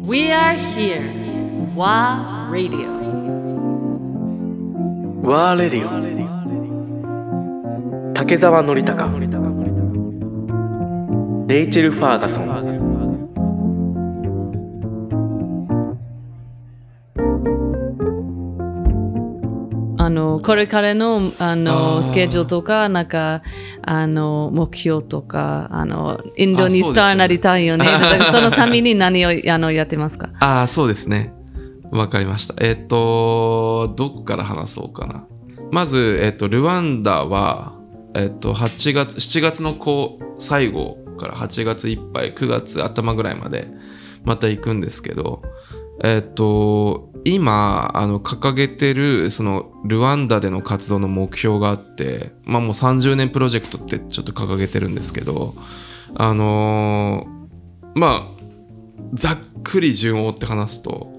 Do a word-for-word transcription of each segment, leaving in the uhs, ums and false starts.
We are here. WA Radio. ワーレディオ竹澤典孝、レイチェル・ファーガソン。 あのこれからのあのスケジュールとかなんかあの目標とかあのインドにスターになりたいよね。そ, そのために何をあのやってますか？ ああ、そうですね。わかりました。えっとどこから話そうかな。まず、えっと、ルワンダは、えっと、はちがつしちがつのこう最後からはちがついっぱい、くがつ頭ぐらいまでまた行くんですけど、えっと今あの掲げてるそのルワンダでの活動の目標があって、まあもうさんじゅうねんプロジェクトってちょっと掲げてるんですけど、あのー、まあざっくり順を追って話すと、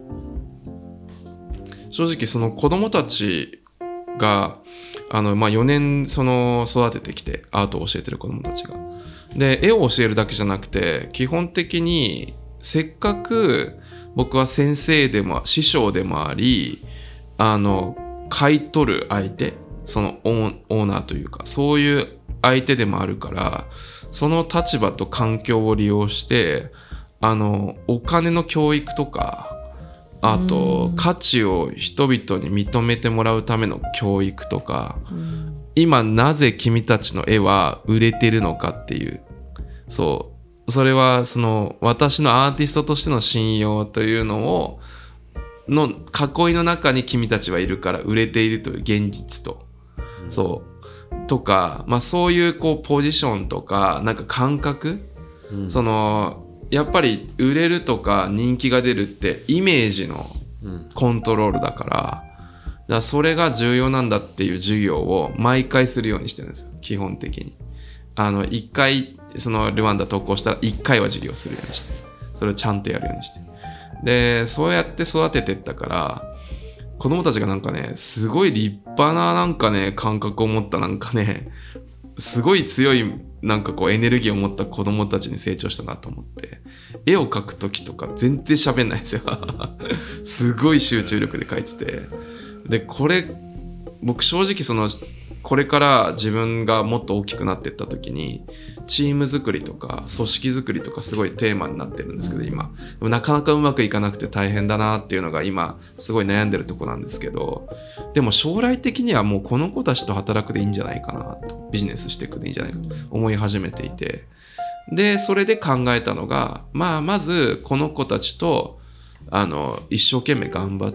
正直その子供たちがあの、まあ、よねんその育ててきてアートを教えてる子供たちがで絵を教えるだけじゃなくて、基本的にせっかく僕は先生でも師匠でもあり、あの買い取る相手、そのオー、オーナーというかそういう相手でもあるから、その立場と環境を利用してあのお金の教育とか、あと価値を人々に認めてもらうための教育とか、今なぜ君たちの絵は売れてるのかっていう、そうそれはその私のアーティストとしての信用というのをの囲いの中に君たちはいるから売れているという現実と、そうとか、まあそういうこうポジションとかなんか感覚、うん、そのやっぱり売れるとか人気が出るってイメージのコントロールだから、だからそれが重要なんだっていう授業を毎回するようにしてるんですよ。基本的にあのいっかいそのルワンダ投稿したらいっかいは授業するようにして、それをちゃんとやるようにして、でそうやって育ててったから、子供たちがなんかねすごい立派ななんかね感覚を持った、なんかねすごい強いなんかこうエネルギーを持った子供たちに成長したなと思って、絵を描くときとか全然喋んないんですよすごい集中力で描いてて、でこれ僕正直そのこれから自分がもっと大きくなっていったときにチーム作りとか組織作りとかすごいテーマになってるんですけど、今でもなかなかうまくいかなくて大変だなっていうのが今すごい悩んでるとこなんですけど、でも将来的にはもうこの子たちと働くでいいんじゃないかなと、ビジネスしていくでいいんじゃないかと思い始めていて、でそれで考えたのが、まあまずこの子たちとあの一生懸命頑張って、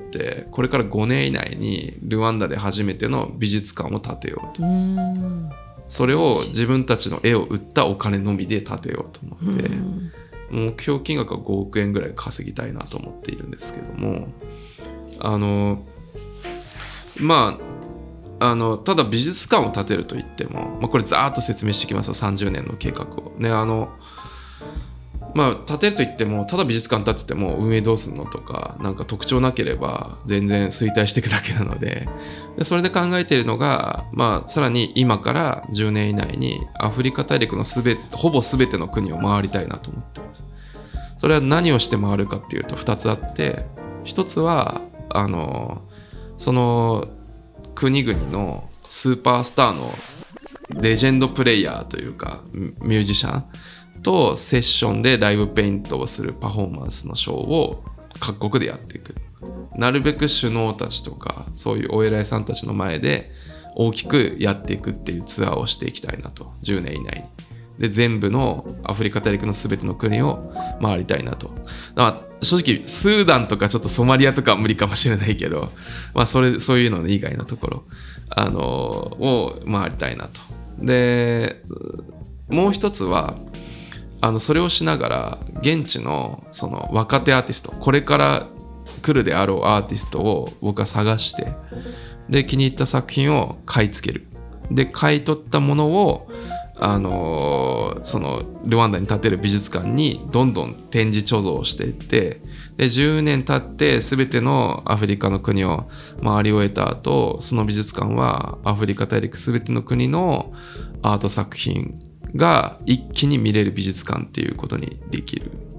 これからごねん以内にルワンダで初めての美術館を建てようと、うーん、それを自分たちの絵を売ったお金のみで建てようと思って、目標金額はごおくえんぐらい稼ぎたいなと思っているんですけども、あのまああのただ美術館を建てるといっても、まあ、これざーっと説明してきますよ、さんじゅうねんの計画をね。あのまあ建てるといっても、ただ美術館建てても運営どうすんのとか、なんか特徴なければ全然衰退していくだけなので、でそれで考えているのが、まあさらに今からじゅうねん以内にアフリカ大陸のすべほぼ全ての国を回りたいなと思ってます。それは何をして回るかっていうとふたつあって、ひとつはあのその国々のスーパースターのレジェンドプレイヤーというかミュージシャンとセッションでライブペイントをするパフォーマンスのショーを各国でやっていく。なるべく首脳たちとかそういうお偉いさんたちの前で大きくやっていくっていうツアーをしていきたいなと、じゅうねん以内に。で全部のアフリカ大陸の全ての国を回りたいなと。だから正直スーダンとかちょっとソマリアとかは無理かもしれないけど、まあそれそういうの以外のところあのを回りたいなと。でもう一つはあのそれをしながら現地のその若手アーティスト、これから来るであろうアーティストを僕は探して、で気に入った作品を買い付ける。で買い取ったものをあのー、そのルワンダに建てる美術館にどんどん展示貯蔵していって、でじゅうねん経って全てのアフリカの国を回り終えた後、その美術館はアフリカ大陸全ての国のアート作品が一気に見れる美術館っていうことにできる。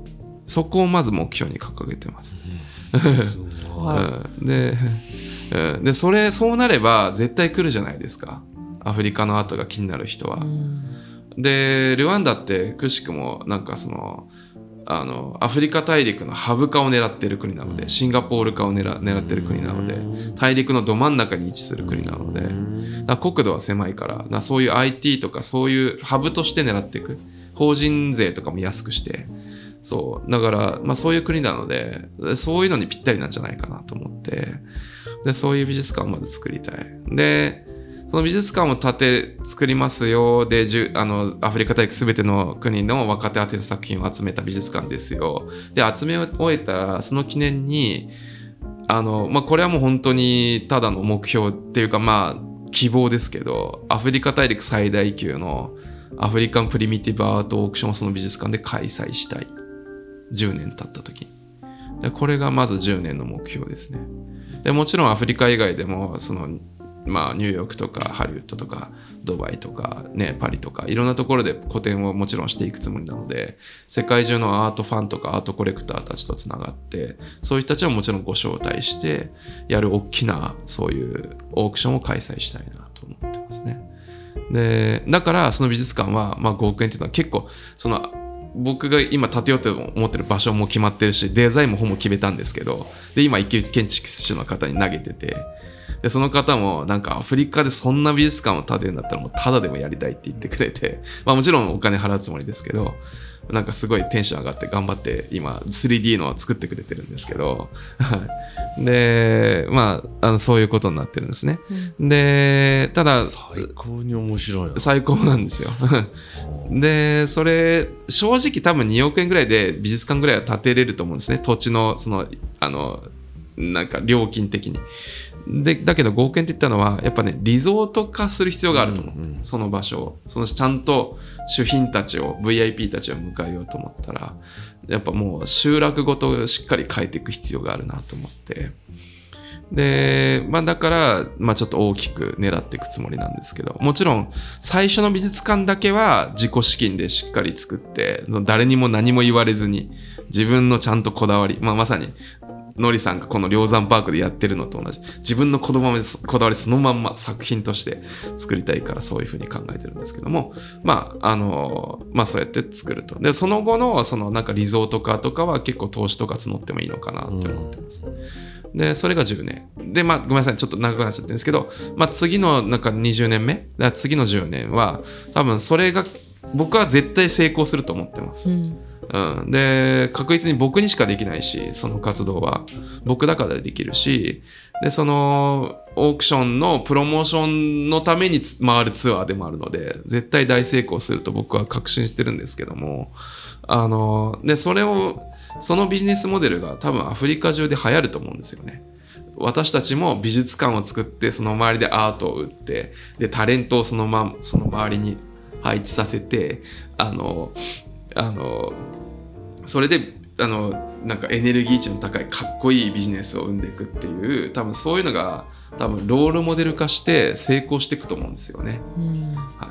そこをまず目標に掲げてます。 すごい。 うん、で、うん、でそれそうなれば絶対来るじゃないですか。アフリカのアートが気になる人は。うん、でルワンダってくしくもなんかそのあのアフリカ大陸のハブ化を狙っている国なので、シンガポール化を 狙, 狙っている国なので、大陸のど真ん中に位置する国なので、だ国土は狭いから、だそういう アイティー とかそういうハブとして狙っていく、法人税とかも安くして、そうだから、まあ、そういう国なので、そういうのにぴったりなんじゃないかなと思って、でそういう美術館をまず作りたい。でその美術館を建て作りますよ。で、あのアフリカ大陸すべての国の若手アーティスト作品を集めた美術館ですよ。で、集め終えたらその記念に、あの、まあ、これはもう本当にただの目標っていうか、まあ、希望ですけど、アフリカ大陸最大級のアフリカンプリミティブアートオークションをその美術館で開催したい。じゅうねん経った時に。で、これがまずじゅうねんの目標ですね。で、もちろんアフリカ以外でも、その、まあ、ニューヨークとかハリウッドとかドバイとか、ね、パリとかいろんなところで個展をもちろんしていくつもりなので、世界中のアートファンとかアートコレクターたちとつながって、そういう人たちをもちろんご招待してやる大きなそういうオークションを開催したいなと思ってますね。でだからその美術館は、まあ、ごおくえんっていうのは結構その僕が今建てようと思ってる場所も決まってるし、デザインもほぼ決めたんですけど、で今一級建築士の方に投げてて、でその方もなんかアフリカでそんな美術館を建てるんだったらもうタダでもやりたいって言ってくれて、まあもちろんお金払うつもりですけど、なんかすごいテンション上がって頑張って今 スリーディー のを作ってくれてるんですけどでまあ、あのそういうことになってるんですね、うん、でただ最高に面白いな。 最高なんですよでそれ正直多分におくえんぐらいで美術館ぐらいは建てれると思うんですね、土地のそのあのなんか料金的に。でだけどごおくえんって言ったのはやっぱねリゾート化する必要があると思う、うんうん、その場所をそのちゃんと主賓たちを ブイアイピー たちを迎えようと思ったらやっぱもう集落ごとしっかり変えていく必要があるなと思って、で、まあ、だから、まあ、ちょっと大きく狙っていくつもりなんですけど、もちろん最初の美術館だけは自己資金でしっかり作って誰にも何も言われずに自分のちゃんとこだわり、まあ、まさにのりさんがこの梁山パークでやってるのと同じ、自分のこだわり、こだわりそのまんま作品として作りたいからそういうふうに考えてるんですけども、まああのまあそうやって作ると。でその後のそのなんかリゾート化とかは結構投資とか募ってもいいのかなって思ってます、うん、でそれがじゅうねんで、まあごめんなさいちょっと長くなっちゃってるんですけど、まあ次のなんかにじゅうねんめ、次のじゅうねんは多分それが僕は絶対成功すると思ってます、うんうん、で確実に僕にしかできないし、その活動は僕だからできるし、でそのオークションのプロモーションのために回るツアーでもあるので絶対大成功すると僕は確信してるんですけども、あのでそれをそのビジネスモデルが多分アフリカ中で流行ると思うんですよね。私たちも美術館を作ってその周りでアートを売って、でタレントをその、ま、その周りに配置させて、あのあのそれであのなんかエネルギー値の高いかっこいいビジネスを生んでいくっていう、多分そういうのが多分ロールモデル化して成功していくと思うんですよね、うんはい、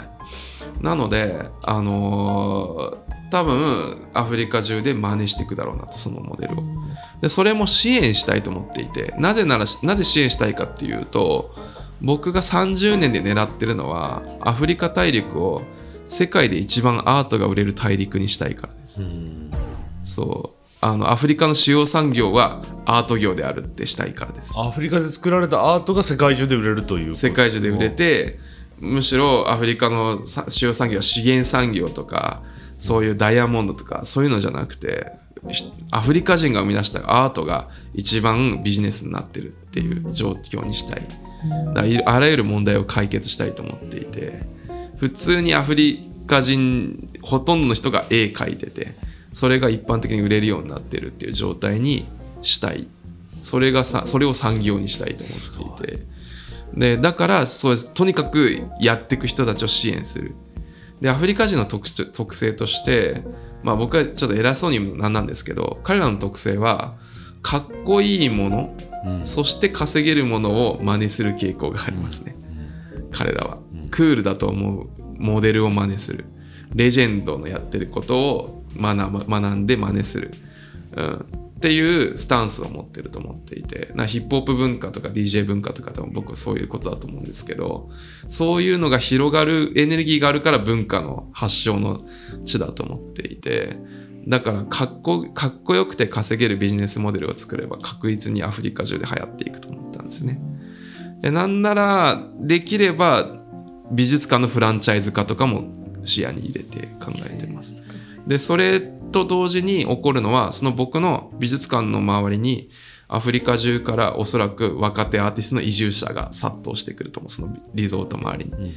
なのであのー、多分アフリカ中で真似していくだろうなと、そのモデルを、うん、でそれも支援したいと思っていて、なぜならなぜ支援したいかっていうと、僕がさんじゅうねんで狙ってるのはアフリカ大陸を世界で一番アートが売れる大陸にしたいからです、うん、そうあのアフリカの主要産業はアート業であるってしたいからです。 アフリカで作られたアートが世界中で売れるという、 世界中で売れて、むしろアフリカの主要産業は資源産業とかそういうダイヤモンドとかそういうのじゃなくて、アフリカ人が生み出したアートが一番ビジネスになってるっていう状況にしたい、だからあらゆる問題を解決したいと思っていて、普通にアフリカ人ほとんどの人が絵描いてて、それが一般的に売れるようになってるっていう状態にしたい、それがさそれを産業にしたいと思っていて、でだからそうです、とにかくやっていく人たちを支援する。でアフリカ人の 特, 特性として、まあ、僕はちょっと偉そうになんなんですけど、彼らの特性はかっこいいもの、うん、そして稼げるものを真似する傾向がありますね、うん、彼らはクールだと思うモデルを真似する、レジェンドのやってることを学, 学んで真似する、 うん、っていうスタンスを持ってると思っていて、なヒップホップ文化とか ディージェー 文化とか多分僕はそういうことだと思うんですけど、そういうのが広がるエネルギーがあるから文化の発祥の地だと思っていて、だからかっこ、かっこよくて稼げるビジネスモデルを作れば確実にアフリカ中で流行っていくと思ったんですね。でなんならできれば美術館のフランチャイズ化とかも視野に入れて考えてます。でそれと同時に起こるのは、その僕の美術館の周りにアフリカ中からおそらく若手アーティストの移住者が殺到してくると思う、そのリゾート周りに、うん、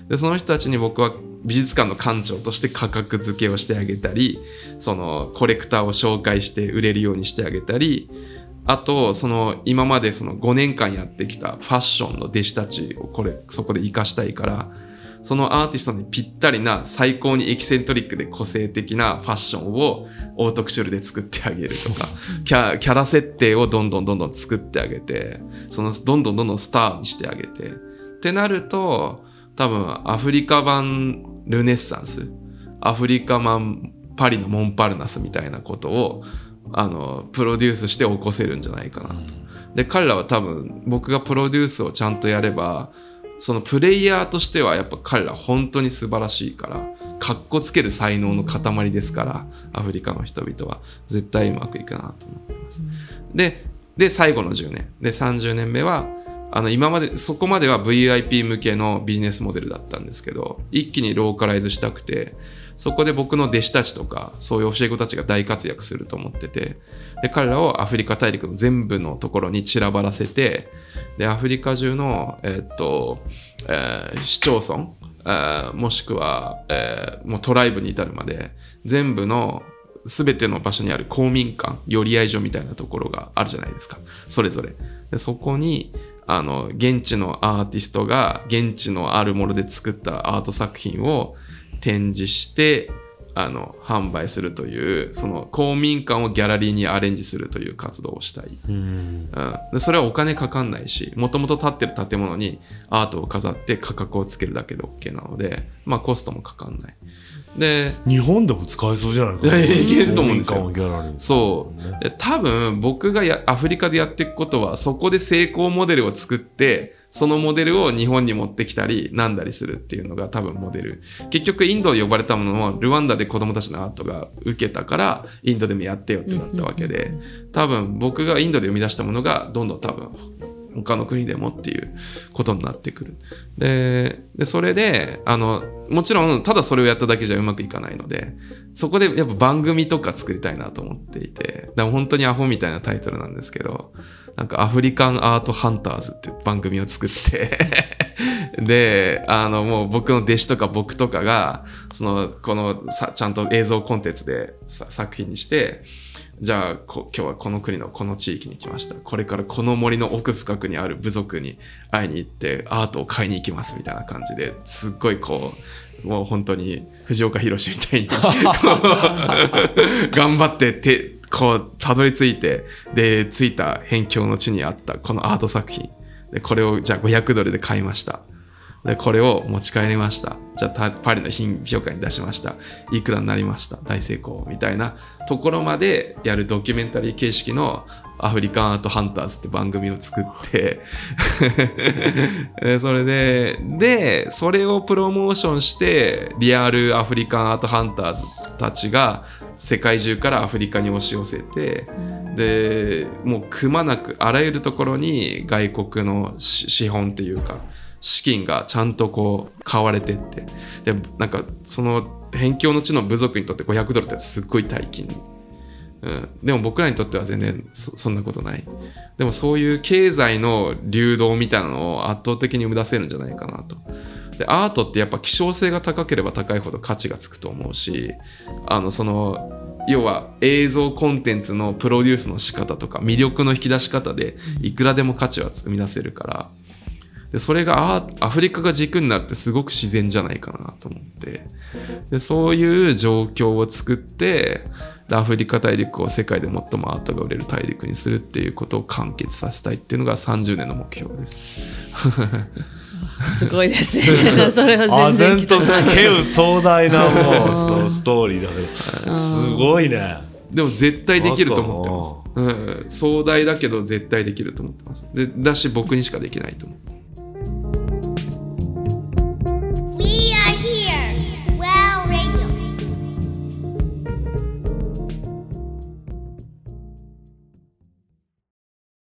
でその人たちに僕は美術館の館長として価格付けをしてあげたり、そのコレクターを紹介して売れるようにしてあげたり、あとその今までそのごねんかんやってきたファッションの弟子たちをこれそこで活かしたいから、そのアーティストにぴったりな最高にエキセントリックで個性的なファッションをオートクチュールで作ってあげるとか、キャ、キャラ設定をどんどんどんどん作ってあげて、そのどんどんどんどんスターにしてあげてってなると、多分アフリカ版ルネッサンス、アフリカ版パリのモンパルナスみたいなことをあのプロデュースして起こせるんじゃないかなと。で彼らは多分僕がプロデュースをちゃんとやれば、そのプレイヤーとしてはやっぱ彼ら本当に素晴らしいから、かっこつける才能の塊ですから、アフリカの人々は絶対うまくいくなと思ってます。で、で最後のじゅうねんでさんじゅうねんめはあの今までそこまでは ブイアイピー 向けのビジネスモデルだったんですけど、一気にローカライズしたくて、そこで僕の弟子たちとかそういう教え子たちが大活躍すると思ってて、で彼らをアフリカ大陸の全部のところに散らばらせて、でアフリカ中の、えーっとえー、市町村、えー、もしくは、えー、もうトライブに至るまで全部の全ての場所にある公民館、寄り合い所みたいなところがあるじゃないですか、それぞれ。でそこにあの現地のアーティストが現地のあるもので作ったアート作品を展示してあの販売するという、その公民館をギャラリーにアレンジするという活動をしたい。うん、でそれはお金かかんないし、もともと建ってる建物にアートを飾って価格をつけるだけで OK なので、まあコストもかかんない。で日本でも使えそうじゃないかな。 いけると思うんですよ。 ギャラリーそう。で多分僕がやアフリカでやっていくことは、そこで成功モデルを作って、そのモデルを日本に持ってきたりなんだりするっていうのが多分モデル。結局インドで呼ばれたものをルワンダで子供たちのアートが受けたからインドでもやってよってなったわけで、多分僕がインドで生み出したものがどんどん多分他の国でもっていうことになってくる。で、でそれであのもちろんただそれをやっただけじゃうまくいかないので、そこでやっぱ番組とか作りたいなと思っていて、だから本当にアホみたいなタイトルなんですけど、なんかアフリカンアートハンターズって番組を作ってで、あのもう僕の弟子とか僕とかがそのこのさちゃんと映像コンテンツでさ作品にして、じゃあこ今日はこの国のこの地域に来ました、これからこの森の奥深くにある部族に会いに行ってアートを買いに行きますみたいな感じで、すっごいこうもう本当に藤岡弘みたいに頑張っててこうたどり着いて、で着いた辺境の地にあったこのアート作品で、これをじゃあごひゃくドルで買いました、でこれを持ち帰りました、じゃあパリの品評会に出しました、いくらになりました、大成功みたいなところまでやるドキュメンタリー形式のアフリカンアートハンターズって番組を作ってそれででそれをプロモーションして、リアルアフリカンアートハンターズたちが世界中からアフリカに押し寄せて、でもうくまなくあらゆるところに外国の資本っていうか資金がちゃんとこう買われてって、でなんかその辺境の地の部族にとってごひゃくドルってすっごい大金、うん、でも僕らにとっては全然 そ, そんなことない。でもそういう経済の流動みたいなのを圧倒的に生み出せるんじゃないかなと。でアートってやっぱ希少性が高ければ高いほど価値がつくと思うし、あのその要は映像コンテンツのプロデュースの仕方とか魅力の引き出し方でいくらでも価値は生み出せるから、でそれがアフリカが軸になるってすごく自然じゃないかなと思って、でそういう状況を作ってアフリカ大陸を世界で最もアートが売れる大陸にするっていうことを完結させたいっていうのがさんじゅうねんの目標ですすごいですねそれは全然きっとない。けう壮大なもうストーリーだけどすごいね。 でも絶対できると思ってます、うん、壮大だけど絶対できると思ってます。でだし僕にしかできないと思う。